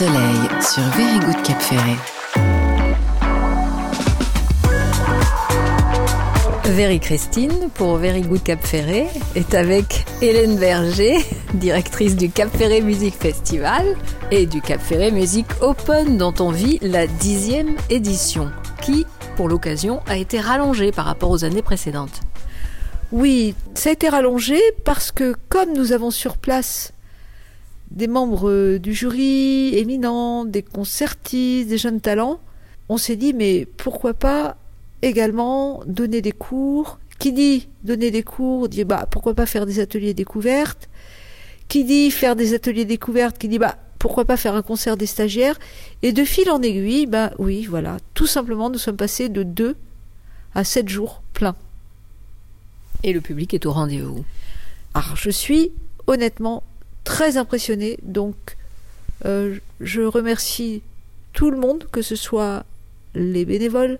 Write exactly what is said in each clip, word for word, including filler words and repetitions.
Soleil sur Very Good Cap Ferret. Very Christine pour Very Good Cap Ferret est avec Hélène Berger, directrice du Cap Ferret Music Festival et du Cap Ferret Music Open dont on vit la dixième édition qui, pour l'occasion, a été rallongée par rapport aux années précédentes. Oui, ça a été rallongé parce que comme nous avons sur place des membres du jury éminents, des concertistes, des jeunes talents, on s'est dit mais pourquoi pas également donner des cours. Qui dit donner des cours dit bah pourquoi pas faire des ateliers découvertes. Qui dit faire des ateliers découvertes, qui dit bah pourquoi pas faire un concert des stagiaires. Et de fil en aiguille, bah oui voilà, tout simplement nous sommes passés de deux à sept jours pleins. Et le public est au rendez-vous. Alors je suis honnêtement très impressionnée, donc euh, je remercie tout le monde, que ce soit les bénévoles,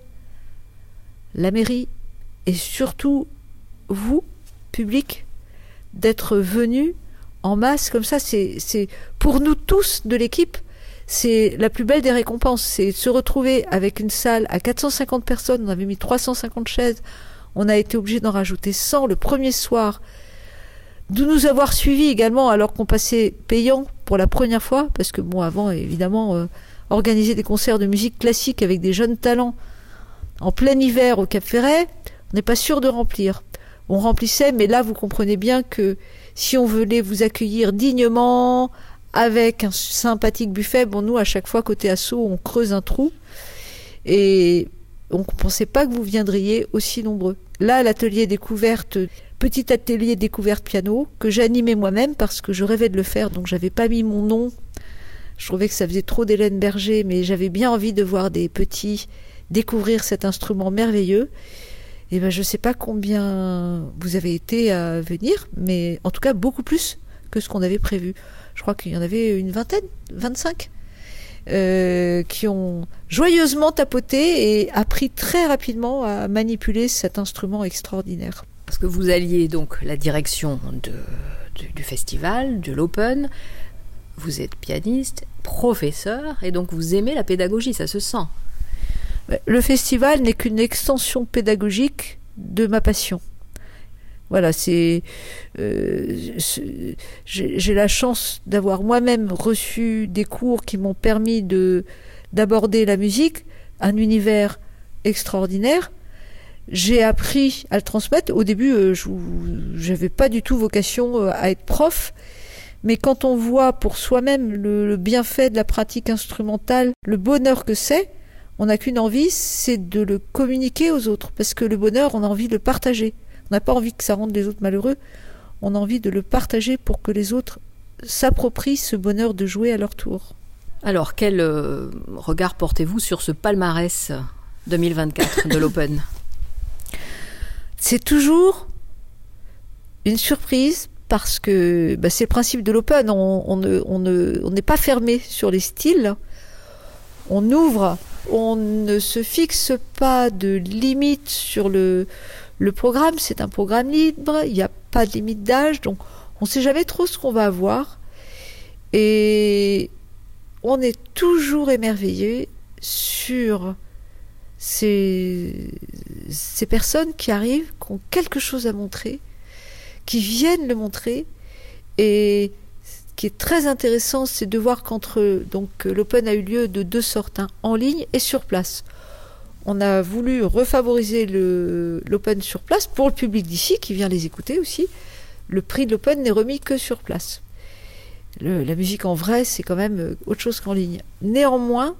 la mairie et surtout vous, public, d'être venus en masse comme ça. C'est, c'est pour nous tous de l'équipe, c'est la plus belle des récompenses. C'est se retrouver avec une salle à quatre cent cinquante personnes, on avait mis trois cent cinquante chaises, on a été obligé d'en rajouter cent le premier soir, de nous avoir suivis également alors qu'on passait payant pour la première fois, parce que bon avant évidemment euh, organiser des concerts de musique classique avec des jeunes talents en plein hiver au Cap Ferret, on n'est pas sûr de remplir. On remplissait, mais là vous comprenez bien que si on voulait vous accueillir dignement avec un sympathique buffet, bon nous à chaque fois côté asso on creuse un trou et on ne pensait pas que vous viendriez aussi nombreux. Là l'atelier découverte, petit atelier découverte piano que j'animais moi-même parce que je rêvais de le faire, donc j'avais pas mis mon nom. Je trouvais que ça faisait trop d'Hélène Berger, mais j'avais bien envie de voir des petits découvrir cet instrument merveilleux. Et ben je sais pas combien vous avez été à venir, mais en tout cas beaucoup plus que ce qu'on avait prévu. Je crois qu'il y en avait une vingtaine, vingt-cinq, euh, qui ont joyeusement tapoté et appris très rapidement à manipuler cet instrument extraordinaire. Parce que vous alliez donc la direction de, de, du festival, de l'Open, vous êtes pianiste, professeur, et donc vous aimez la pédagogie, ça se sent. Le festival n'est qu'une extension pédagogique de ma passion. Voilà, c'est, euh, c'est j'ai, j'ai la chance d'avoir moi-même reçu des cours qui m'ont permis de d'aborder la musique, un univers extraordinaire. J'ai appris à le transmettre. Au début, euh, je n'avais pas du tout vocation euh, à être prof. Mais quand on voit pour soi-même le, le bienfait de la pratique instrumentale, le bonheur que c'est, on n'a qu'une envie, c'est de le communiquer aux autres. Parce que le bonheur, on a envie de le partager. On n'a pas envie que ça rende les autres malheureux. On a envie de le partager pour que les autres s'approprient ce bonheur de jouer à leur tour. Alors, quel euh, regard portez-vous sur ce palmarès deux mille vingt-quatre de l'Open ? C'est toujours une surprise parce que bah, c'est le principe de l'Open. On, on, ne, on, ne, on n'est pas fermé sur les styles. On ouvre, on ne se fixe pas de limite sur le, le programme. C'est un programme libre, il n'y a pas de limite d'âge, donc on ne sait jamais trop ce qu'on va avoir. Et on est toujours émerveillé sur ces, ces personnes qui arrivent, qui ont quelque chose à montrer, qui viennent le montrer. Et ce qui est très intéressant, c'est de voir qu'entre donc l'Open a eu lieu de deux sortes, hein, en ligne et sur place. On a voulu refavoriser le, l'Open sur place pour le public d'ici qui vient les écouter aussi. Le prix de l'Open n'est remis que sur place. Le, la musique en vrai, c'est quand même autre chose qu'en ligne. Néanmoins,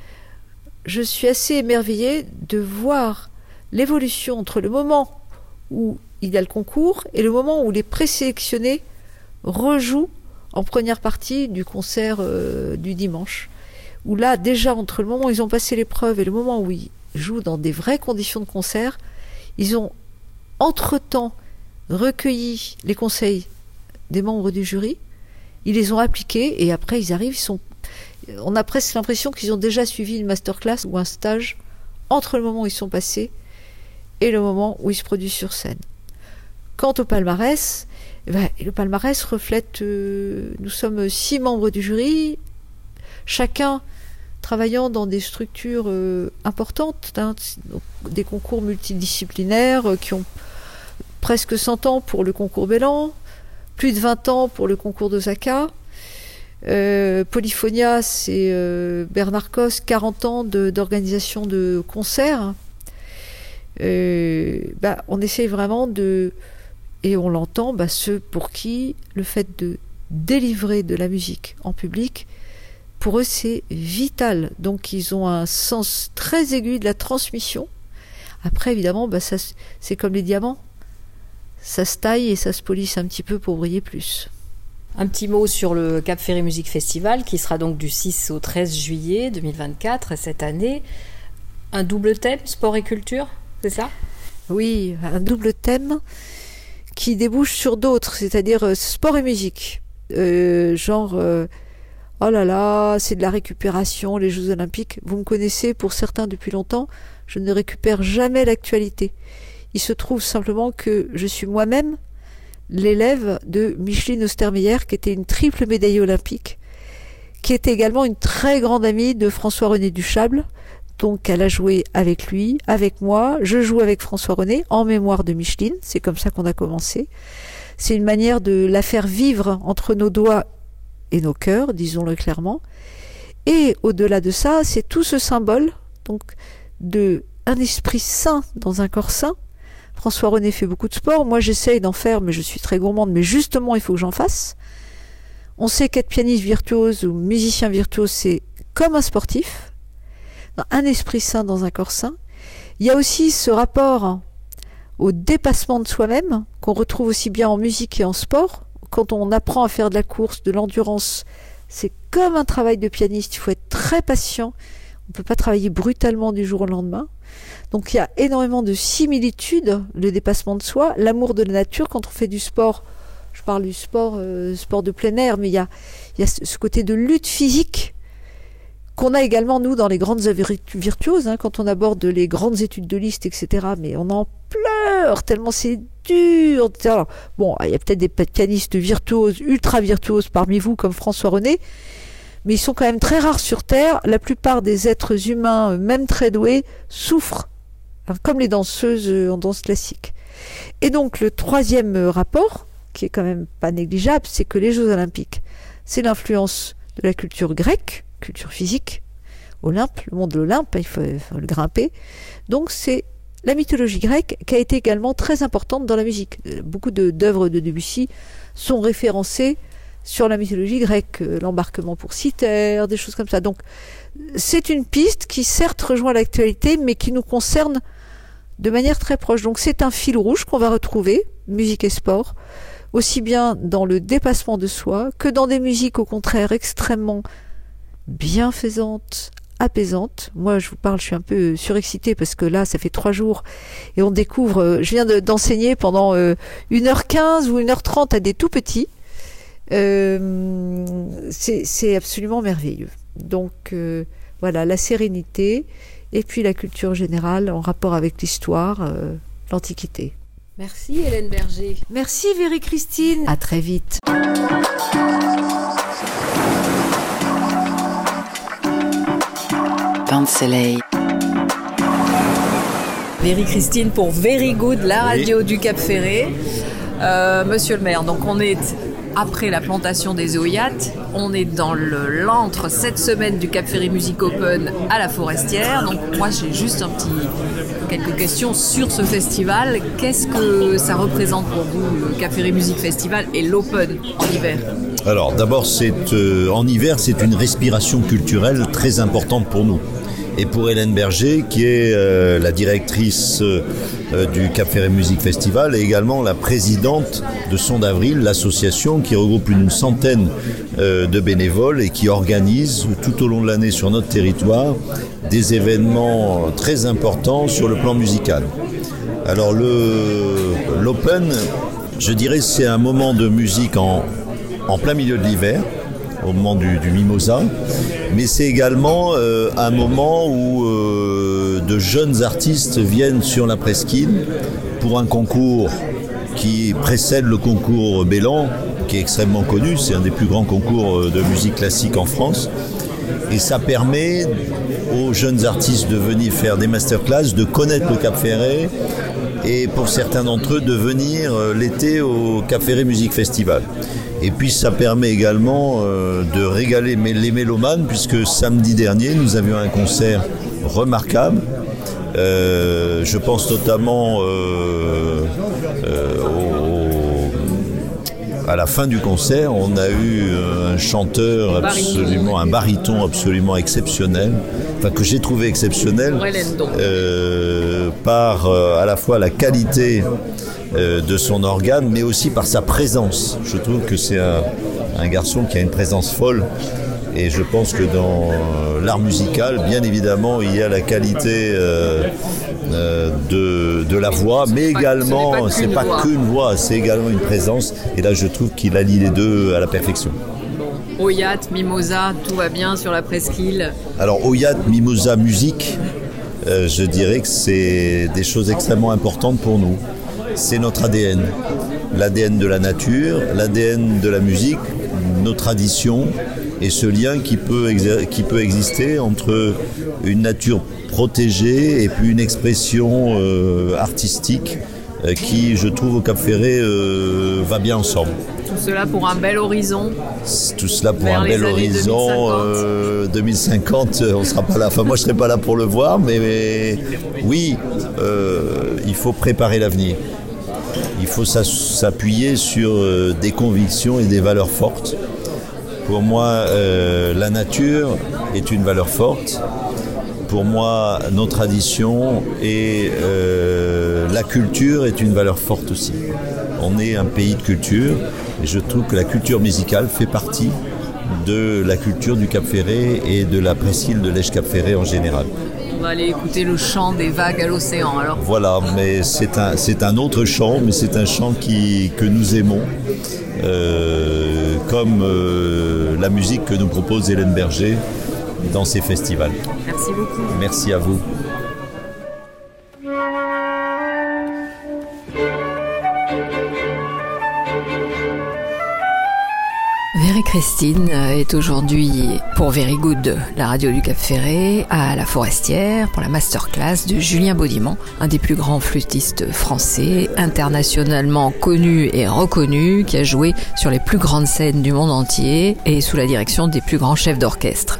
je suis assez émerveillée de voir l'évolution entre le moment où il y a le concours et le moment où les présélectionnés rejouent en première partie du concert euh, du dimanche. Où là, déjà, entre le moment où ils ont passé l'épreuve et le moment où ils jouent dans des vraies conditions de concert, ils ont entre-temps recueilli les conseils des membres du jury, ils les ont appliqués et après ils arrivent, ils sont... on a presque l'impression qu'ils ont déjà suivi une masterclass ou un stage entre le moment où ils sont passés et le moment où ils se produisent sur scène. Quant au palmarès, eh ben, le palmarès reflète, euh, nous sommes six membres du jury, chacun travaillant dans des structures euh, importantes, hein, des concours multidisciplinaires euh, qui ont presque cent ans pour le concours Bellan, plus de vingt ans pour le concours d'Osaka. Euh, Polyphonia, c'est euh, Bernard Cos, quarante ans de, d'organisation de concerts. Euh, bah, on essaye vraiment de, et on l'entend, bah, ceux pour qui le fait de délivrer de la musique en public, pour eux c'est vital. Donc ils ont un sens très aigu de la transmission. Après évidemment, bah, ça, c'est comme les diamants, ça se taille et ça se polisse un petit peu pour briller plus. Un petit mot sur le Cap Ferré Music Festival qui sera donc du six au treize juillet deux mille vingt-quatre cette année. Un double thème, sport et culture, c'est ça ? Oui, un double thème qui débouche sur d'autres, c'est-à-dire euh, sport et musique. Euh, genre, euh, oh là là, c'est de la récupération, les Jeux Olympiques. Vous me connaissez pour certains depuis longtemps, je ne récupère jamais l'actualité. Il se trouve simplement que je suis moi-même l'élève de Micheline Ostermeyer, qui était une triple médaillée olympique, qui était également une très grande amie de François-René Duchâble. Donc elle a joué avec lui, avec moi, je joue avec François-René en mémoire de Micheline, c'est comme ça qu'on a commencé. C'est une manière de la faire vivre entre nos doigts et nos cœurs, disons-le clairement. Et au-delà de ça, c'est tout ce symbole donc de un esprit sain dans un corps sain. François-René fait beaucoup de sport, moi j'essaye d'en faire, mais je suis très gourmande, mais justement il faut que j'en fasse. On sait qu'être pianiste virtuose ou musicien virtuose, c'est comme un sportif, un esprit sain dans un corps sain. Il y a aussi ce rapport au dépassement de soi-même, qu'on retrouve aussi bien en musique et en sport. Quand on apprend à faire de la course, de l'endurance, c'est comme un travail de pianiste, il faut être très patient, on ne peut pas travailler brutalement du jour au lendemain. Donc il y a énormément de similitudes, le dépassement de soi, l'amour de la nature. Quand on fait du sport, je parle du sport, euh, sport de plein air, mais il y a, il y a ce côté de lutte physique qu'on a également nous dans les grandes œuvres virtuoses, hein, quand on aborde les grandes études de Liszt, et cetera. Mais on en pleure tellement c'est dur. Alors, bon, il y a peut-être des pianistes virtuoses, ultra virtuoses parmi vous, comme François-René, mais ils sont quand même très rares sur Terre. La plupart des êtres humains, même très doués, souffrent, hein, comme les danseuses en danse classique. Et donc le troisième rapport, qui est quand même pas négligeable, c'est que les Jeux Olympiques, c'est l'influence de la culture grecque, culture physique, Olympe, le monde de l'Olympe, il faut, il faut le grimper. Donc c'est la mythologie grecque qui a été également très importante dans la musique. Beaucoup de, d'œuvres de Debussy sont référencées sur la mythologie grecque, l'embarquement pour Cythère, des choses comme ça. Donc c'est une piste qui certes rejoint l'actualité, mais qui nous concerne de manière très proche. Donc c'est un fil rouge qu'on va retrouver, musique et sport, aussi bien dans le dépassement de soi que dans des musiques au contraire extrêmement bienfaisantes, apaisantes. Moi je vous parle, je suis un peu surexcitée parce que là ça fait trois jours et on découvre, je viens de, d'enseigner pendant euh, une heure quinze ou une heure trente à des tout petits. Euh, c'est, c'est absolument merveilleux. Donc euh, voilà, la sérénité et puis la culture générale en rapport avec l'histoire, euh, l'Antiquité. Merci Hélène Berger. Merci Véry-Christine. À très vite. Pain de soleil. Véry-Christine pour Very Good, la radio oui. du Cap Ferré. Euh, monsieur le maire, donc on est après la plantation des Oyates, on est dans le, l'antre cette semaine du Cap Ferré Music Open à la Forestière. Donc moi j'ai juste un petit, quelques questions sur ce festival. Qu'est-ce que ça représente pour vous, le Cap Ferré Music Festival et l'Open en hiver ? Alors d'abord, c'est, euh, en hiver, c'est une respiration culturelle très importante pour nous. Et pour Hélène Berger, qui est euh, la directrice euh, du Cap Ferré Music Festival et également la présidente de Son d'Avril, l'association qui regroupe une centaine euh, de bénévoles et qui organise tout au long de l'année sur notre territoire des événements très importants sur le plan musical. Alors le, l'Open, je dirais, c'est un moment de musique en, en plein milieu de l'hiver, au moment du, du mimosa, mais c'est également euh, un moment où euh, de jeunes artistes viennent sur la presqu'île pour un concours qui précède le concours Bellan, qui est extrêmement connu, c'est un des plus grands concours de musique classique en France. Et ça permet aux jeunes artistes de venir faire des masterclass, de connaître le Cap Ferret, et pour certains d'entre eux de venir l'été au Cap Ferret Music Festival. Et puis ça permet également euh, de régaler les mélomanes, puisque samedi dernier nous avions un concert remarquable. Euh, je pense notamment euh, euh, au, à la fin du concert, on a eu un chanteur absolument, un baryton absolument exceptionnel, enfin que j'ai trouvé exceptionnel euh, par euh, à la fois la qualité euh, de son organe, mais aussi par sa présence. Je trouve que c'est un, un garçon qui a une présence folle. Et je pense que dans l'art musical, bien évidemment, il y a la qualité euh, euh, de, de la voix, mais également, c'est pas qu'une voix, c'est également une présence. Et là, je trouve qu'il allie les deux à la perfection. Bon, Oyat, Mimosa, tout va bien sur la presqu'île. Alors, Oyat, Mimosa, musique, euh, je dirais que c'est des choses extrêmement importantes pour nous. C'est notre A D N. L'A D N de la nature, l'A D N de la musique, nos traditions, et ce lien qui peut, exer- qui peut exister entre une nature protégée et puis une expression euh, artistique euh, qui, je trouve, au Cap Ferret euh, va bien ensemble. Tout cela pour un bel horizon. Tout cela pour un bel horizon. Euh, deux mille cinquante, on sera pas là. Enfin, moi, je serai pas là pour le voir, mais, mais oui, euh, il faut préparer l'avenir. Il faut s'appuyer sur euh, des convictions et des valeurs fortes. Pour moi, euh, la nature est une valeur forte. Pour moi, nos traditions et euh, la culture est une valeur forte aussi. On est un pays de culture et je trouve que la culture musicale fait partie de la culture du Cap Ferret et de la presqu'île de l'Èche Cap Ferret en général. On va aller écouter le chant des vagues à l'océan alors. Voilà, mais c'est un, c'est un autre chant, mais c'est un chant qui, que nous aimons. Euh, comme euh, la musique que nous propose Hélène Berger dans ses festivals. Merci beaucoup. Merci à vous. Very Christine est aujourd'hui pour Very Good, la radio du Cap Ferret, à la Forestière pour la masterclass de Julien Baudimont, un des plus grands flûtistes français, internationalement connu et reconnu, qui a joué sur les plus grandes scènes du monde entier et sous la direction des plus grands chefs d'orchestre.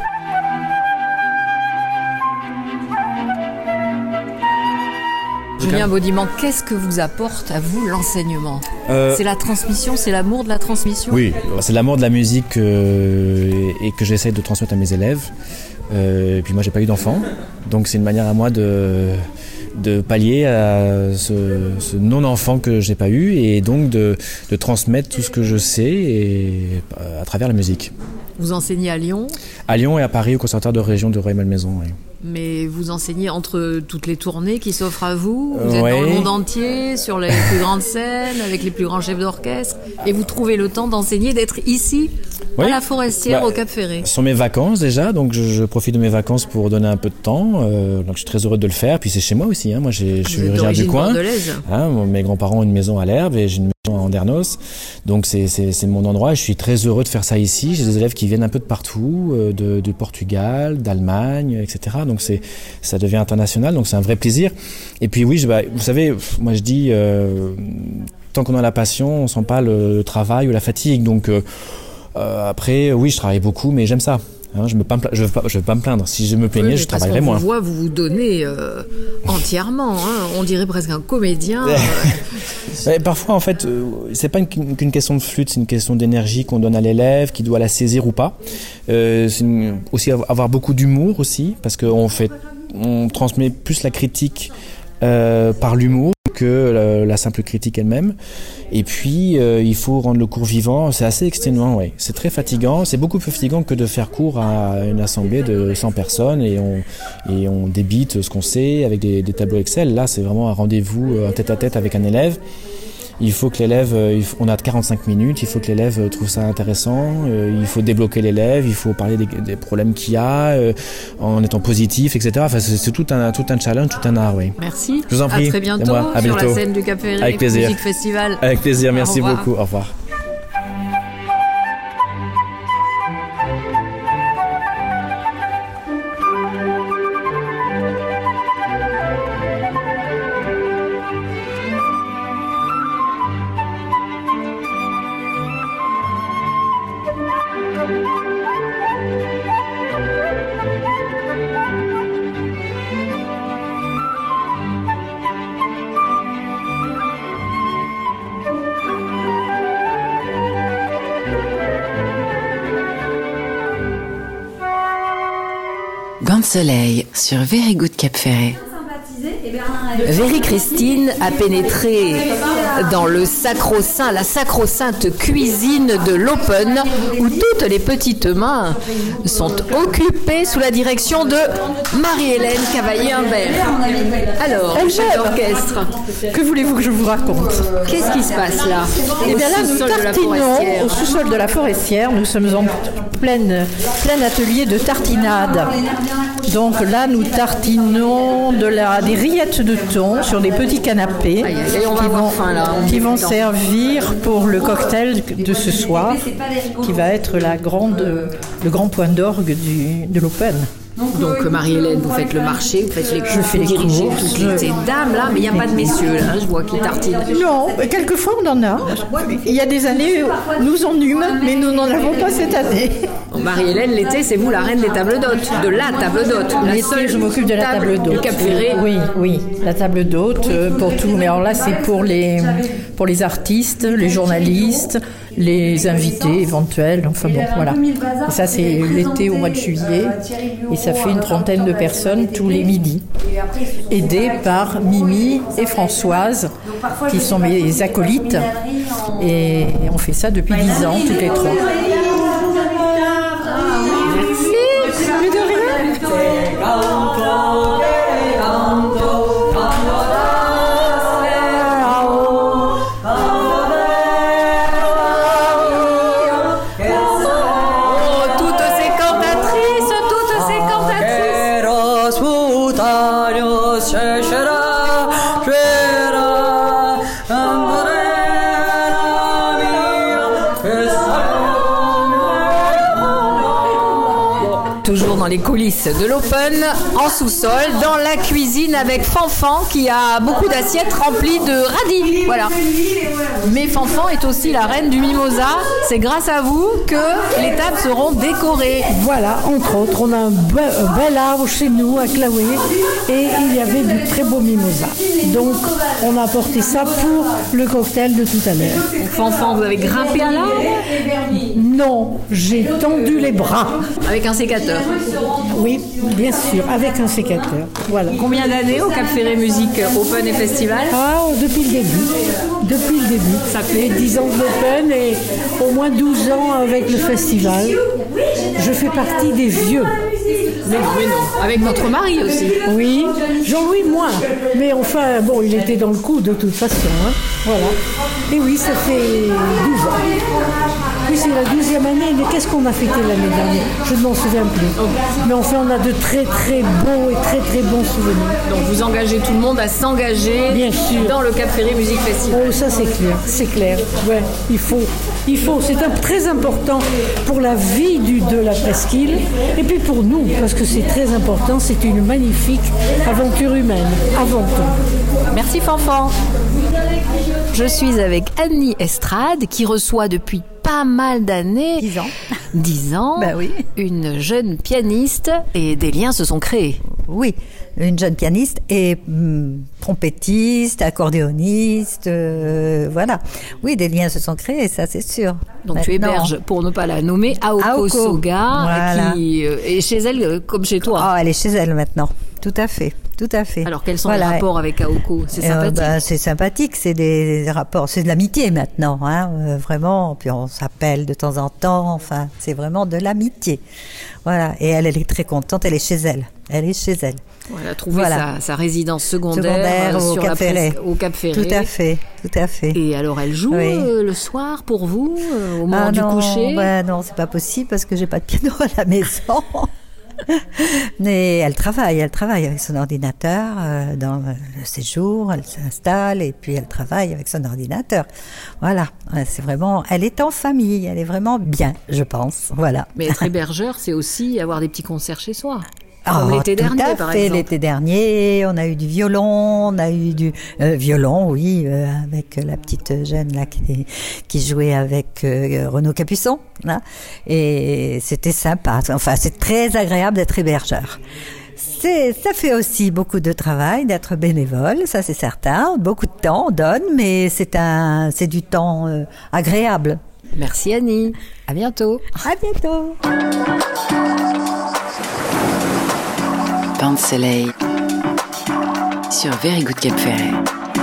Julien Baudimont, qu'est-ce que vous apporte à vous l'enseignement ? euh, C'est la transmission, c'est l'amour de la transmission ? Oui, c'est l'amour de la musique euh, et que j'essaie de transmettre à mes élèves. Euh, et puis moi, j'ai pas eu d'enfant, donc c'est une manière à moi de, de pallier à ce, ce non-enfant que j'ai pas eu et donc de, de transmettre tout ce que je sais et, à travers la musique. Vous enseignez à Lyon ? À Lyon et à Paris, au Conservatoire de région de Rueil-Malmaison, oui. Mais vous enseignez entre toutes les tournées qui s'offrent à vous. Vous êtes ouais. dans le monde entier, sur les plus grandes scènes, avec les plus grands chefs d'orchestre. Et vous trouvez le temps d'enseigner, d'être ici, oui. à la Forestière, bah, au Cap Ferret. Ce sont mes vacances déjà, donc je, je profite de mes vacances pour donner un peu de temps. Euh, donc je suis très heureux de le faire. Puis c'est chez moi aussi. Hein. Moi, j'ai, je suis originaire du coin. Hein, mes grands-parents ont une maison à l'Herbe et j'ai une maison à Andernos. Donc c'est, c'est, c'est mon endroit. Je suis très heureux de faire ça ici. J'ai des élèves qui viennent un peu de partout, euh, de, de Portugal, d'Allemagne, et cetera. Donc c'est, ça devient international, donc c'est un vrai plaisir. Et puis oui, je, bah, vous savez, moi je dis, euh, tant qu'on a la passion, on sent pas le, le travail ou la fatigue. Donc euh, euh, après, oui, je travaille beaucoup, mais j'aime ça. Hein, je ne veux, veux pas me plaindre. Si je me plaignais, oui, je travaillerais moins. Parce qu'on vous voit, vous vous donnez euh, entièrement. Hein. On dirait presque un comédien. euh. Parfois, en fait, euh, c'est pas une, qu'une question de flûte, c'est une question d'énergie qu'on donne à l'élève, qui doit la saisir ou pas. Euh, c'est une, aussi avoir beaucoup d'humour aussi, parce qu'on fait, on transmet plus la critique euh, par l'humour que la, la simple critique elle-même. Et puis, euh, il faut rendre le cours vivant. C'est assez exténuant, ouais. C'est très fatigant. C'est beaucoup plus fatigant que de faire cours à une assemblée de cent personnes et on, et on débite ce qu'on sait avec des, des tableaux Excel. Là, c'est vraiment un rendez-vous, un tête-à-tête avec un élève. Il faut que l'élève, on a quarante-cinq minutes, il faut que l'élève trouve ça intéressant, il faut débloquer l'élève, il faut parler des, des problèmes qu'il y a, en étant positif, et cetera. Enfin, c'est, c'est tout un, tout un challenge, tout un art, oui. Merci. Je vous en prie. À très bientôt, à sur bientôt. La scène du Cap Ferret Avec plaisir. Music Festival. Avec plaisir, merci beaucoup. Au revoir. Soleil sur Very Good Cap Ferret. Very Christine a pénétré dans le sacro-saint, la sacro-sainte cuisine de l'Open, où toutes les petites mains sont occupées sous la direction de Marie-Hélène Cavaillé-Humbert. Alors, chef d'orchestre, que voulez-vous que je vous raconte? Qu'est-ce qui se passe là? Eh bien là, nous tartinons au sous-sol de la Forestière. Nous sommes en pleine, plein atelier de tartinade. Donc là, nous tartinons de la, des rillettes de thon sur des petits canapés aïe, aïe, on va qui, avoir vont, faim, là, qui vont servir pour le cocktail de ce soir, qui va être la grande, le grand point d'orgue du, de l'Open. Donc Marie-Hélène, vous faites le marché, vous faites les cours, je fais les dirigez cours, toutes je... ces dames là, mais il n'y a pas de messieurs là, je vois qui tartinent. Non, quelquefois on en a. Il y a des années, nous en eûmes, mais nous n'en avons pas cette année. Bon, Marie-Hélène, l'été, c'est vous la reine des tables d'hôtes, de la table d'hôte. L'été, je m'occupe de la table d'hôte. Du Cap Ferret. Oui, oui, la table d'hôte euh, pour tout. Mais alors là, c'est pour les, pour les artistes, les journalistes, les invités éventuels. Enfin bon, voilà. Et ça, c'est l'été au mois de juillet. Et ça fait une trentaine de personnes tous les midis. Aidées par Mimi et Françoise, qui sont mes acolytes. Et on fait ça depuis dix ans, toutes les trois. Toujours dans les coulisses de l'Open, en sous-sol, dans la cuisine avec Fanfan qui a beaucoup d'assiettes remplies de radis. Voilà. Mais Fanfan est aussi la reine du mimosa. C'est grâce à vous que les tables seront décorées. Voilà, entre autres, on a un, be- un bel arbre chez nous à Claoué et il y avait du très beau mimosa. Donc, on a apporté ça pour le cocktail de tout à l'heure. Fanfan, vous avez grimpé à l'arbre? Non, j'ai tendu les bras. Avec un sécateur. Oui, bien sûr, avec un sécateur. Voilà. Combien d'années au Cap Ferret Musique Open et Festival? Ah, depuis le début. Depuis le début. Ça fait dix ans de l'Open et au moins douze ans avec le festival. Je fais partie des vieux. Mais oui, non. Avec votre mari aussi. Oui, Jean-Louis moins. Mais enfin, bon, il était dans le coup de toute façon. Hein. Voilà. Et oui, ça fait douze ans. Oui, c'est la douzième année. Mais qu'est-ce qu'on a fêté l'année dernière? Je ne m'en souviens plus. Mais enfin, on a de très très beaux et très très bons souvenirs. Donc vous engagez tout le monde à s'engager Bien sûr. dans le Cap Ferret Musique Festival. Oh, ça c'est clair, c'est clair. Ouais, il faut, il faut. C'est un, très important pour la vie du, de la presqu'île et puis pour nous, parce que c'est très important. C'est une magnifique aventure humaine, avant tout. Merci Fanfan. Je suis avec Annie Estrade qui reçoit depuis pas mal d'années, dix ans, dix ans, ben oui. une jeune pianiste et des liens se sont créés. Oui, une jeune pianiste et hum, trompettiste, accordéoniste, euh, voilà. Oui, des liens se sont créés, ça c'est sûr. Donc Maintenant, tu héberges, pour ne pas la nommer, Aoko, Aoko. Soga, Voilà. qui euh, est chez elle euh, comme chez toi. Oh, elle est chez elle maintenant, tout à fait. Tout à fait. Alors quels sont Voilà. les rapports avec Aoko? C'est Euh, sympathique. bah, c'est sympathique, c'est des, des rapports, c'est de l'amitié maintenant, hein, euh, vraiment. Puis on s'appelle de temps en temps, enfin, c'est vraiment de l'amitié. Voilà. Et elle, elle est très contente, elle est chez elle. Elle est chez elle. Elle a trouvé Voilà. sa, sa résidence secondaire, Secondaire euh, au sur Cap la Ferret. pres- au Cap Ferret. Tout à fait, tout à fait. Et alors elle joue Oui. euh, le soir pour vous, euh, au moment Ah du non, coucher? bah non, c'est pas possible parce que j'ai pas de piano à la maison. Mais elle travaille, elle travaille avec son ordinateur euh, dans le séjour, elle s'installe et puis elle travaille avec son ordinateur. Voilà, Ouais, c'est vraiment, elle est en famille, elle est vraiment bien, je pense. Voilà. Mais être hébergeur, c'est aussi avoir des petits concerts chez soi. Ah, Comme l'été tout dernier, à par fait. exemple. L'été dernier, on a eu du violon, on a eu du euh, violon, oui, euh, avec la petite jeune là qui, qui jouait avec euh, Renaud Capuçon, là. Et c'était sympa. Enfin, c'est très agréable d'être hébergeur. C'est, ça fait aussi beaucoup de travail d'être bénévole, ça c'est certain. Beaucoup de temps on donne, mais c'est un, c'est du temps euh, agréable. Merci Annie. À bientôt. À bientôt. Bain de Soleil sur Very Good Cap Ferret.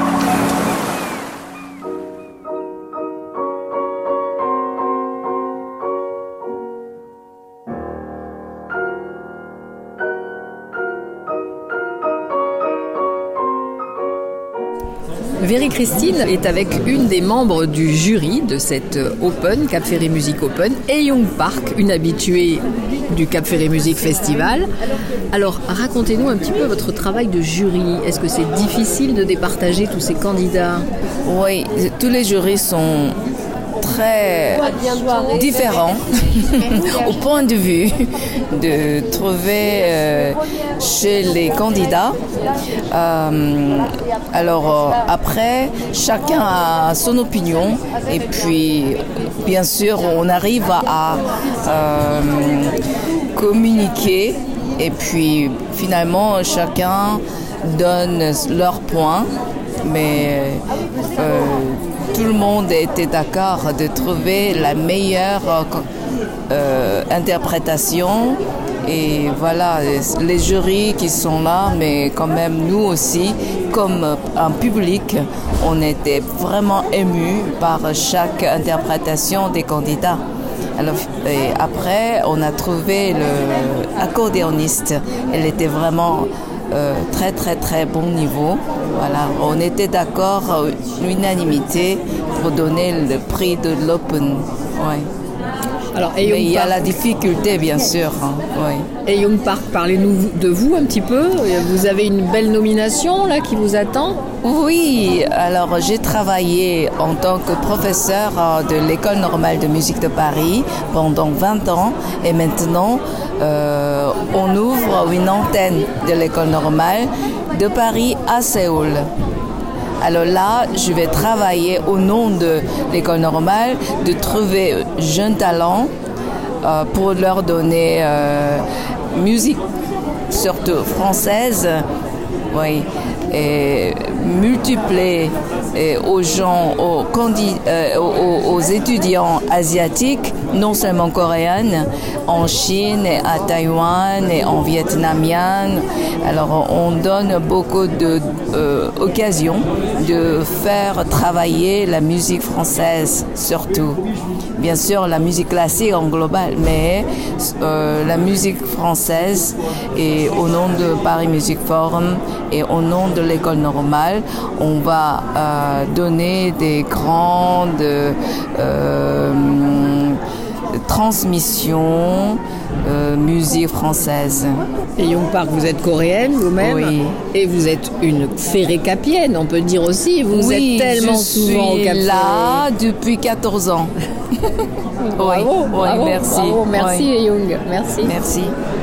Very Christine est avec une des membres du jury de cette Open, Cap Ferret Music Open, et Young Park, une habituée du Cap Ferret Music Festival. Alors, racontez-nous un petit peu votre travail de jury. Est-ce que c'est difficile de départager tous ces candidats ? Oui, tous les jurys sont très différents au point de vue de trouver euh, chez les candidats. Euh, alors euh, après, chacun a son opinion et puis bien sûr on arrive à, à euh, communiquer et puis finalement chacun donne leur point, mais euh, tout le monde était d'accord de trouver la meilleure euh, interprétation. Et voilà, les jurys qui sont là, mais quand même nous aussi, comme un public, on était vraiment émus par chaque interprétation des candidats. Alors, et après, on a trouvé l'accordéoniste. Elle était vraiment euh, très très très bon niveau. Voilà, on était d'accord, l'unanimité pour donner le prix de l'Open. Ouais. Alors, mais il y a la difficulté, bien sûr. Hein, oui. Et Young Park, parlez-nous de vous un petit peu. Vous avez une belle nomination là qui vous attend ? Oui, alors j'ai travaillé en tant que professeur de l'École normale de musique de Paris pendant vingt ans et maintenant euh, on ouvre une antenne de l'École normale de Paris à Séoul. Alors là, je vais travailler au nom de l'école normale, de trouver jeunes talents euh, pour leur donner euh, musique, surtout française, oui, et multiplier et aux gens, aux, candid- euh, aux, aux étudiants asiatiques, non seulement coréens, en Chine, et à Taïwan et en vietnamien. Alors on donne beaucoup d'occasions de, euh, de faire travailler la musique française surtout. Bien sûr la musique classique en global, mais euh, la musique française, et au nom de Paris Music Forum et au nom de l'école normale, on va euh, donner des grandes euh, transmissions euh, musique française. Et Young Park, vous êtes coréenne vous-même, oui. Et vous êtes une ferré-capienne, on peut dire aussi. Vous oui, êtes tellement je souvent au Cap suis là depuis quatorze ans. Bravo, oui, bravo, oui, merci. Bravo, merci oui. Young, merci. Merci.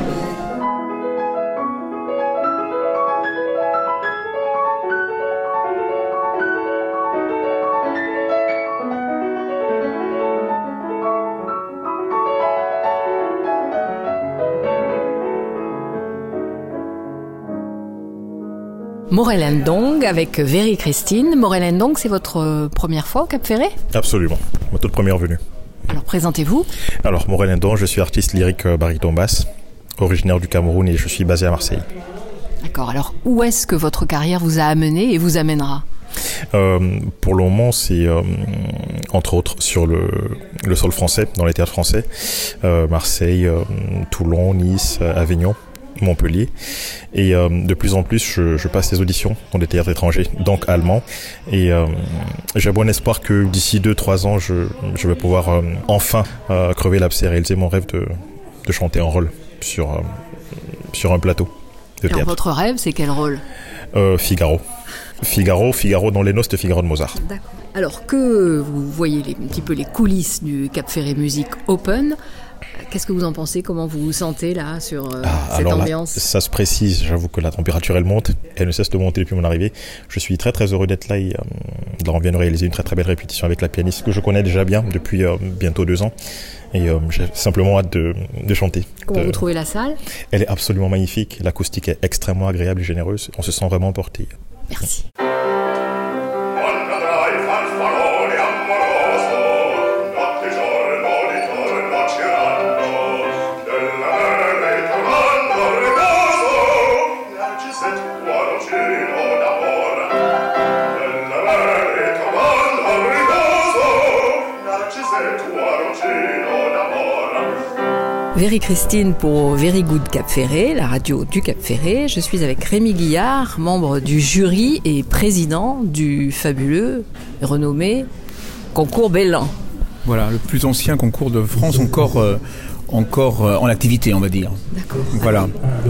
Morel Ndong avec Very Christine. Morel Ndong, c'est votre première fois au Cap Ferret ? Absolument, ma toute première venue. Alors présentez-vous. Alors Morel Ndong, je suis artiste lyrique baryton basse, originaire du Cameroun et je suis basé à Marseille. D'accord, alors où est-ce que votre carrière vous a amené et vous amènera ? Euh, pour le moment, c'est euh, entre autres sur le, le sol français, dans les théâtres français, euh, Marseille, euh, Toulon, Nice, Avignon, Montpellier, et euh, de plus en plus je, je passe des auditions dans des théâtres étrangers, donc allemands, et euh, j'ai bon espoir que d'ici deux trois ans je, je vais pouvoir euh, enfin euh, crever l'abcès et réaliser mon rêve de, de chanter en rôle sur, euh, sur un plateau de théâtre. Alors votre rêve, c'est quel rôle ? euh, Figaro. Figaro, Figaro dans les noces de Figaro de Mozart. D'accord. Alors que vous voyez les, un petit peu les coulisses du Cap Ferret Music Open, qu'est-ce que vous en pensez ? Comment vous vous sentez là sur euh, ah, cette alors ambiance ? Là, ça se précise, j'avoue que la température elle monte, elle ne cesse de monter depuis mon arrivée. Je suis très très heureux d'être là et euh, là on vient de réaliser une très très belle répétition avec la pianiste que je connais déjà bien depuis euh, bientôt deux ans. Et euh, j'ai simplement hâte de, de chanter. Comment de... vous trouvez la salle ? Elle est absolument magnifique, l'acoustique est extrêmement agréable et généreuse, on se sent vraiment porté. Merci. Very Christine pour Very Good Cap Ferré, la radio du Cap Ferré. Je suis avec Rémi Guillard, membre du jury et président du fabuleux, renommé concours Bellan. Voilà, le plus ancien concours de France encore, euh, encore euh, en activité, on va dire. D'accord. Voilà.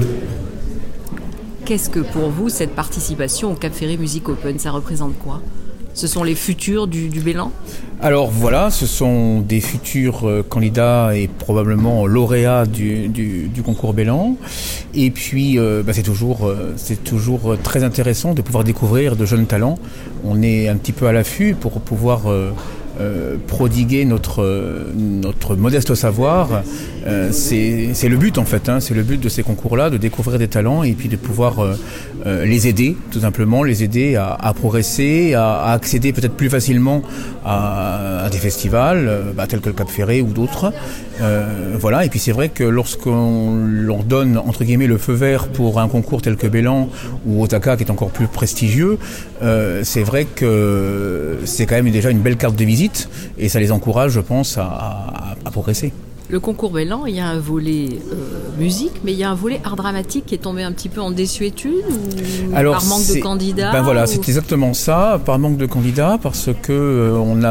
Qu'est-ce que pour vous cette participation au Cap Ferré Music Open, ça représente quoi ? Ce sont les futurs du, du Bellan ? Alors voilà, ce sont des futurs euh, candidats et probablement lauréats du, du, du concours Bellan. Et puis euh, bah, c'est toujours, euh, c'est toujours très intéressant de pouvoir découvrir de jeunes talents. On est un petit peu à l'affût pour pouvoir euh, euh, prodiguer notre, euh, notre modeste savoir. Euh, c'est, c'est le but en fait, hein, c'est le but de ces concours-là, de découvrir des talents et puis de pouvoir euh, euh, les aider, tout simplement, les aider à, à progresser, à, à accéder peut-être plus facilement à, à des festivals, euh, bah, tels que le Cap Ferré ou d'autres. Euh, voilà, et puis c'est vrai que lorsqu'on leur donne entre guillemets le feu vert pour un concours tel que Bellan ou Otaka, qui est encore plus prestigieux, euh, c'est vrai que c'est quand même déjà une belle carte de visite et ça les encourage, je pense, à, à, à progresser. Le concours Bellan, il y a un volet euh, musique, mais il y a un volet art dramatique qui est tombé un petit peu en désuétude ou Alors, par manque c'est, de candidats. Ben voilà, ou... c'est exactement ça, par manque de candidats, parce que euh, on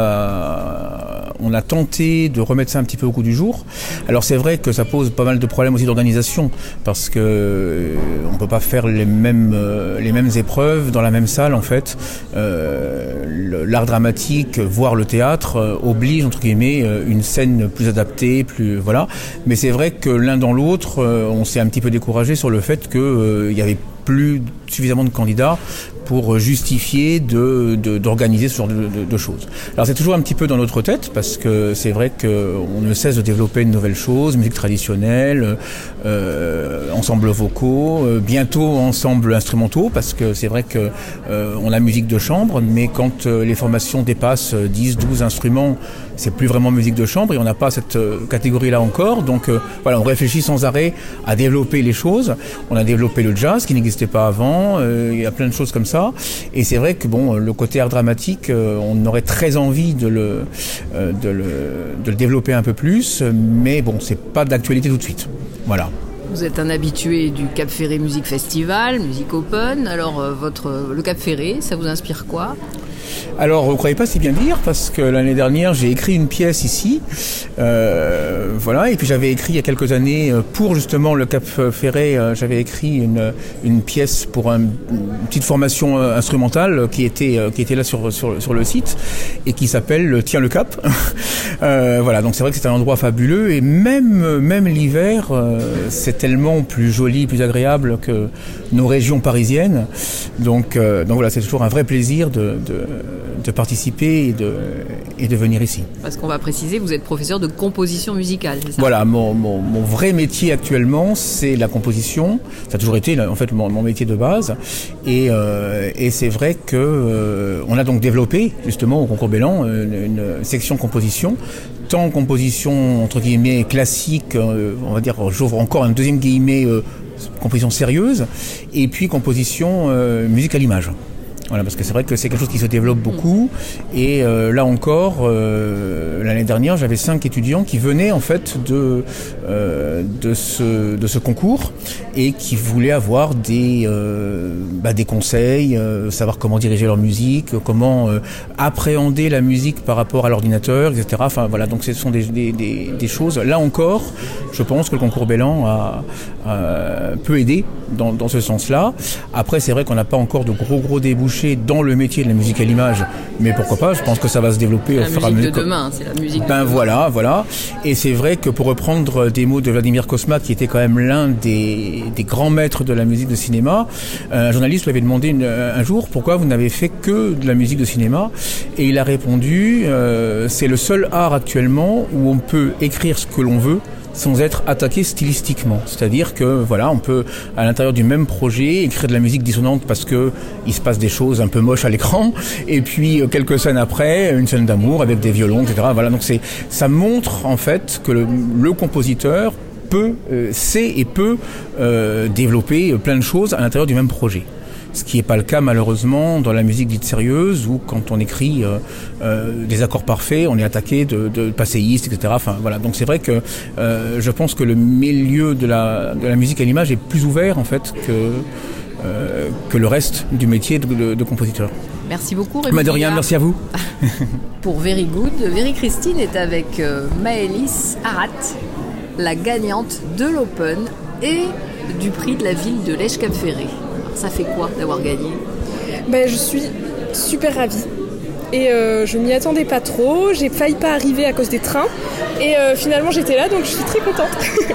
a on a tenté de remettre ça un petit peu au goût du jour. Alors c'est vrai que ça pose pas mal de problèmes aussi d'organisation, parce que euh, on peut pas faire les mêmes euh, les mêmes épreuves dans la même salle en fait. Euh, le, l'art dramatique, voire le théâtre, euh, oblige entre guillemets euh, une scène plus adaptée, plus voilà, mais c'est vrai que l'un dans l'autre, euh, on s'est un petit peu découragé sur le fait qu'il euh, y avait plus suffisamment de candidats pour justifier de, de, d'organiser ce genre de, de, de choses. Alors c'est toujours un petit peu dans notre tête, parce que c'est vrai qu'on ne cesse de développer de nouvelles choses, musique traditionnelle, euh, ensembles vocaux, euh, bientôt ensembles instrumentaux, parce que c'est vrai que euh, on a musique de chambre, mais quand euh, les formations dépassent dix douze instruments, c'est plus vraiment musique de chambre et on n'a pas cette euh, catégorie-là encore. Donc euh, voilà, on réfléchit sans arrêt à développer les choses. On a développé le jazz qui n'existait pas avant, euh, il y a plein de choses comme ça. Et c'est vrai que bon, le côté art dramatique, euh, on aurait très envie de le, euh, de le, de le développer un peu plus, mais bon, c'est pas d'actualité tout de suite. Voilà. Vous êtes un habitué du Cap Ferré Music Festival, Music Open. Alors euh, votre, le Cap Ferré, ça vous inspire quoi ? Alors, vous ne croyez pas si bien dire, parce que l'année dernière, j'ai écrit une pièce ici, euh, voilà, et puis j'avais écrit il y a quelques années, pour justement le Cap Ferré, euh, j'avais écrit une, une pièce pour un, une petite formation instrumentale qui était, qui était là sur, sur, sur le site, et qui s'appelle Tiens le Cap. euh, voilà, donc c'est vrai que c'est un endroit fabuleux, et même, même l'hiver, euh, c'est tellement plus joli, plus agréable que nos régions parisiennes, donc, euh, donc voilà, c'est toujours un vrai plaisir de, de de participer et de, et de venir ici. Parce qu'on va préciser, vous êtes professeur de composition musicale, c'est ça ? Voilà, mon, mon, mon vrai métier actuellement, c'est la composition. Ça a toujours été en fait mon, mon métier de base. Et, euh, et c'est vrai que euh, on a donc développé justement au concours Bellan une, une section composition, tant composition entre guillemets classique, euh, on va dire, j'ouvre encore un deuxième guillemet, euh, composition sérieuse, et puis composition euh, musique à l'image. Voilà, parce que c'est vrai que c'est quelque chose qui se développe beaucoup. Et euh, là encore, euh, l'année dernière, j'avais cinq étudiants qui venaient en fait de euh, de ce de ce concours et qui voulaient avoir des euh, bah, des conseils, euh, savoir comment diriger leur musique, comment euh, appréhender la musique par rapport à l'ordinateur, et cetera. Enfin voilà, donc ce sont des des des, des choses. Là encore, je pense que le concours Bellan a, a peut aider dans dans ce sens-là. Après, c'est vrai qu'on n'a pas encore de gros gros débouchés dans le métier de la musique à l'image, mais pourquoi pas, je pense que ça va se développer au fur et à mesure. La musique de demain, c'est la musique de ben demain. voilà, voilà. Et c'est vrai que pour reprendre des mots de Vladimir Kosma, qui était quand même l'un des, des grands maîtres de la musique de cinéma, un journaliste lui avait demandé une, un jour pourquoi vous n'avez fait que de la musique de cinéma, et il a répondu euh, c'est le seul art actuellement où on peut écrire ce que l'on veut sans être attaqué stylistiquement. C'est-à-dire que voilà, on peut à l'intérieur du même projet écrire de la musique dissonante parce que il se passe des choses un peu moches à l'écran, et puis quelques scènes après, une scène d'amour avec des violons, et cetera. Voilà, donc c'est ça montre en fait que le, le compositeur peut, euh, sait et peut euh, développer plein de choses à l'intérieur du même projet. Ce qui n'est pas le cas malheureusement dans la musique dite sérieuse, où quand on écrit euh, euh, des accords parfaits, on est attaqué de, de passéistes, et cetera. Enfin voilà. Donc c'est vrai que euh, je pense que le milieu de la, de la musique à l'image est plus ouvert en fait que euh, que le reste du métier de, de, de compositeur. Merci beaucoup Rémi. Mais de rien, merci à vous. Pour Very Good, Very Christine est avec euh, Maëlys Arat, la gagnante de l'Open et du prix de la ville de Lège-Cap-Ferré. Ça fait quoi d'avoir gagné ? Ben, je suis super ravie. Et euh, je m'y attendais pas trop. J'ai failli pas arriver à cause des trains. Et euh, finalement, j'étais là, donc je suis très contente.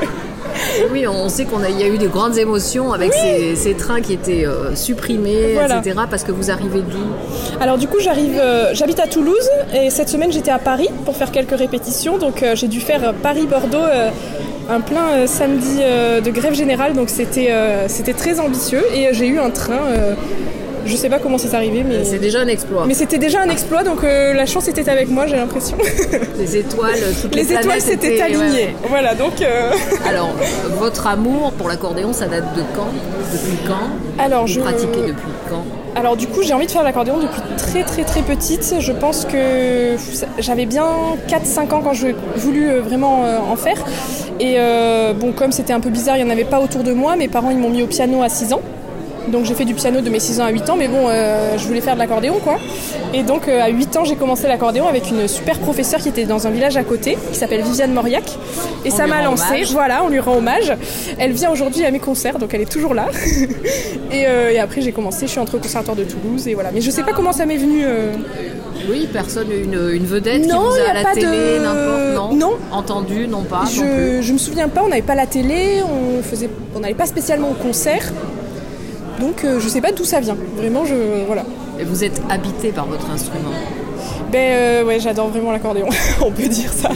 Oui, on sait qu'on a, il y a eu de grandes émotions avec oui. ces, ces trains qui étaient euh, supprimés, voilà. et cetera. Parce que vous arrivez d'où ? Alors du coup, j'arrive, euh, j'habite à Toulouse et cette semaine, j'étais à Paris pour faire quelques répétitions. Donc euh, j'ai dû faire Paris-Bordeaux euh, un plein euh, samedi euh, de grève générale. Donc c'était, euh, c'était très ambitieux et euh, j'ai eu un train... Euh, Je sais pas comment c'est arrivé, mais... C'est déjà un exploit. Mais c'était déjà un exploit, donc euh, la chance était avec moi, j'ai l'impression. Les étoiles, toutes les, les étoiles s'étaient étaient... alignées. Ouais. Voilà, donc... Euh... Alors, votre amour pour l'accordéon, ça date de quand ? Depuis quand ? Alors, Vous je... pratiquez depuis quand ? Alors du coup, j'ai envie de faire l'accordéon depuis très très très petite. Je pense que j'avais bien quatre cinq ans quand j'ai voulu vraiment en faire. Et euh, bon, comme c'était un peu bizarre, il n'y en avait pas autour de moi. Mes parents, ils m'ont mis au piano à six ans. Donc j'ai fait du piano de mes six ans à huit ans, mais bon, euh, je voulais faire de l'accordéon, quoi. Et donc euh, à huit ans, j'ai commencé l'accordéon avec une super professeure qui était dans un village à côté, qui s'appelle Viviane Mauriac. Et on ça m'a lancé, hommage. Voilà, on lui rend hommage. Elle vient aujourd'hui à mes concerts, donc elle est toujours là. et, euh, et après, j'ai commencé, je suis entrée au Conservatoire de Toulouse, et voilà. Mais je sais pas comment ça m'est venu... Euh... Oui, personne, une, une vedette non, qui vous a à la pas télé, de... n'importe, non, non. Entendu, non pas, je, non plus. Je me souviens pas, on n'avait pas la télé, on faisait, on n'allait pas spécialement au concert. Donc euh, je sais pas d'où ça vient, vraiment je... voilà. Et vous êtes habité par votre instrument ? Ben euh, ouais, j'adore vraiment l'accordéon, on peut dire ça.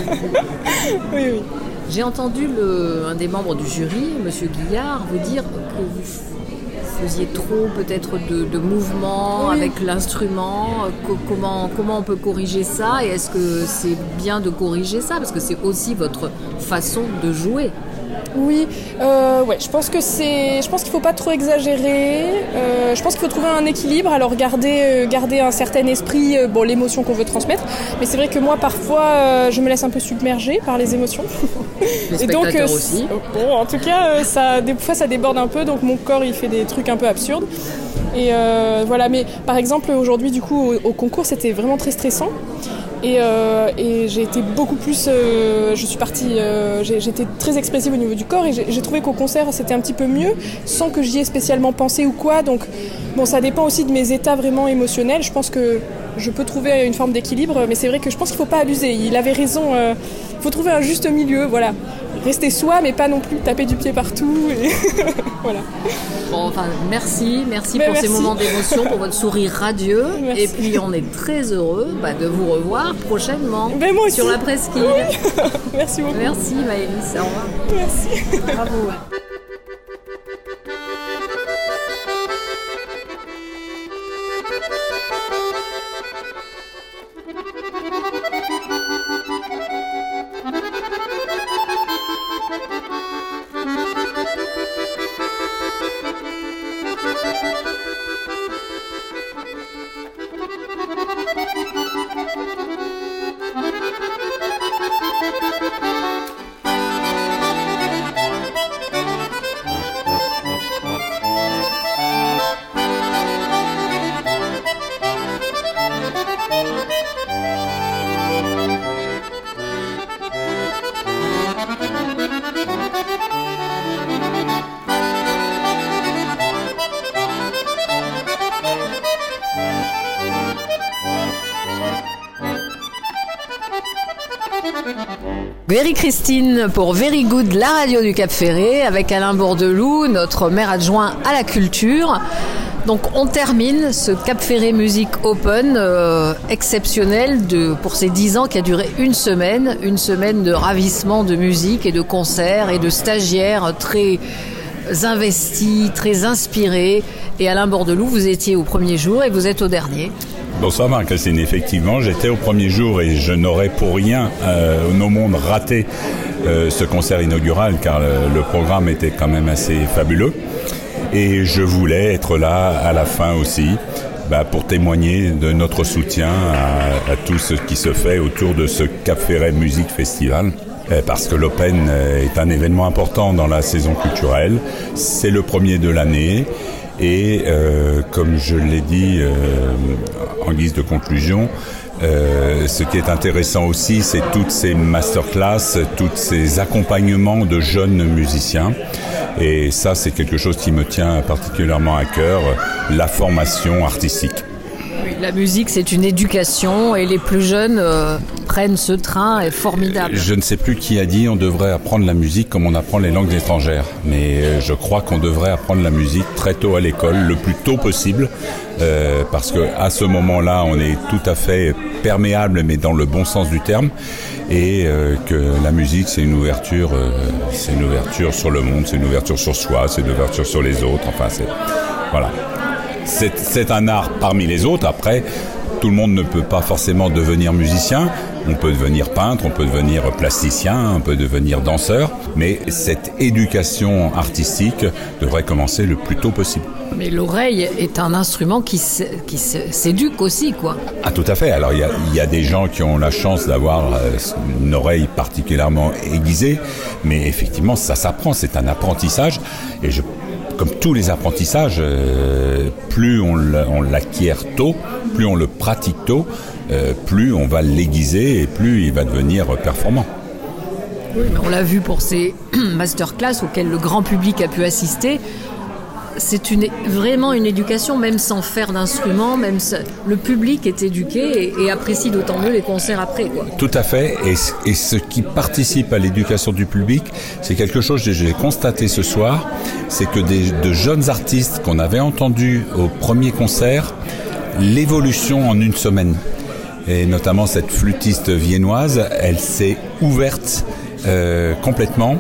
oui, oui. J'ai entendu le, un des membres du jury, Monsieur Guillard, vous dire que vous faisiez trop peut-être de, de mouvements oui. avec l'instrument. Co- comment, comment on peut corriger ça ? Et est-ce que c'est bien de corriger ça ? Parce que c'est aussi votre façon de jouer. Oui, euh, ouais, je pense que c'est, je pense qu'il faut pas trop exagérer. Euh, je pense qu'il faut trouver un équilibre. Alors garder, euh, garder un certain esprit, euh, bon, l'émotion qu'on veut transmettre. Mais c'est vrai que moi, parfois, euh, je me laisse un peu submerger par les émotions. Les Et donc, spectateurs euh, aussi. Bon, en tout cas, euh, ça, des fois, ça déborde un peu. Donc mon corps, il fait des trucs un peu absurdes. Et euh, voilà. Mais par exemple, aujourd'hui, du coup, au, au concours, c'était vraiment très stressant. Et, euh, et j'ai été beaucoup plus... Euh, je suis partie... Euh, j'ai, j'étais très expressive au niveau du corps et j'ai, j'ai trouvé qu'au concert, c'était un petit peu mieux, sans que j'y ai spécialement pensé ou quoi. Donc, bon, ça dépend aussi de mes états vraiment émotionnels. Je pense que je peux trouver une forme d'équilibre, mais c'est vrai que je pense qu'il ne faut pas abuser. Il avait raison. Il euh, faut trouver un juste milieu, voilà. Rester soi, mais pas non plus taper du pied partout. Et voilà. Bon, enfin, merci, merci mais pour merci. ces moments d'émotion, pour votre sourire radieux. Merci. Et puis, on est très heureux bah, de vous revoir prochainement mais moi aussi. sur la presqu'île. Oui. Merci beaucoup. Merci Maëlys, au revoir. Merci. Bravo. Very Christine pour Very Good, la radio du Cap Ferré, avec Alain Bourdeloup, notre maire adjoint à la culture. Donc on termine ce Cap Ferré Music Open euh, exceptionnel de, pour ces dix ans qui a duré une semaine, une semaine de ravissement de musique et de concerts et de stagiaires très investis, très inspirés. Et Alain Bourdeloup, vous étiez au premier jour et vous êtes au dernier. Bonsoir Marie-Christine, effectivement j'étais au premier jour et je n'aurais pour rien euh, au monde raté euh, ce concert inaugural car le, le programme était quand même assez fabuleux. Et je voulais être là à la fin aussi, bah, pour témoigner de notre soutien à, à tout ce qui se fait autour de ce Cap Ferret Music Festival. Parce que l'Open est un événement important dans la saison culturelle. C'est le premier de l'année. Et euh, comme je l'ai dit euh, en guise de conclusion, euh, ce qui est intéressant aussi, c'est toutes ces masterclass, tous ces accompagnements de jeunes musiciens. Et ça, c'est quelque chose qui me tient particulièrement à cœur, la formation artistique. La musique, c'est une éducation et les plus jeunes euh, prennent ce train, est formidable. Je ne sais plus qui a dit on devrait apprendre la musique comme on apprend les langues étrangères. Mais je crois qu'on devrait apprendre la musique très tôt à l'école, le plus tôt possible, euh, parce qu'à ce moment-là, on est tout à fait perméable, mais dans le bon sens du terme, et euh, que la musique, c'est une ouverture, euh, c'est une ouverture sur le monde, c'est une ouverture sur soi, c'est une ouverture sur les autres. Enfin, c'est voilà. C'est, c'est un art parmi les autres. Après, tout le monde ne peut pas forcément devenir musicien. On peut devenir peintre, on peut devenir plasticien, on peut devenir danseur. Mais cette éducation artistique devrait commencer le plus tôt possible. Mais l'oreille est un instrument qui, qui s'éduque aussi, quoi. Ah, tout à fait. Alors, il y a, il y a des gens qui ont la chance d'avoir une oreille particulièrement aiguisée. Mais effectivement, ça s'apprend. C'est un apprentissage. Et je Comme tous les apprentissages, euh, plus on l'acquiert tôt, plus on le pratique tôt, euh, plus on va l'aiguiser et plus il va devenir performant. Oui, mais on l'a vu pour ces masterclass auxquelles le grand public a pu assister. C'est une, vraiment une éducation, même sans faire d'instrument, même ça, le public est éduqué et, et apprécie d'autant mieux les concerts après, quoi. Tout à fait, et, et ce qui participe à l'éducation du public, c'est quelque chose que j'ai constaté ce soir, c'est que des, de jeunes artistes qu'on avait entendus au premier concert, l'évolution en une semaine, et notamment cette flûtiste viennoise, elle s'est ouverte euh, complètement.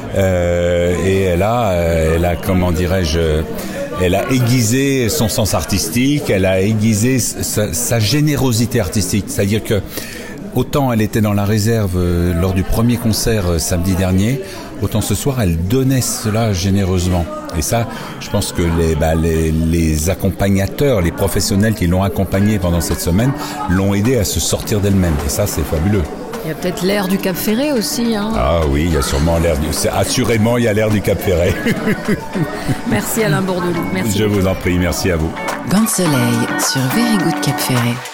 Euh, et elle a, euh, elle a, comment dirais-je, elle a aiguisé son sens artistique, elle a aiguisé sa, sa générosité artistique. C'est-à-dire que autant elle était dans la réserve euh, lors du premier concert euh, samedi dernier, autant ce soir elle donnait cela généreusement. Et ça, je pense que les, bah, les, les accompagnateurs, les professionnels qui l'ont accompagnée pendant cette semaine, l'ont aidée à se sortir d'elle-même. Et ça, c'est fabuleux. Il y a peut-être l'air du Cap Ferret aussi. Hein. Ah oui, il y a sûrement l'air du... C'est, assurément, il y a l'air du Cap Ferret. Merci Alain Bourdelou. Merci. Je vous en prie, merci à vous. Bain de soleil sur Very Good Cap Ferret.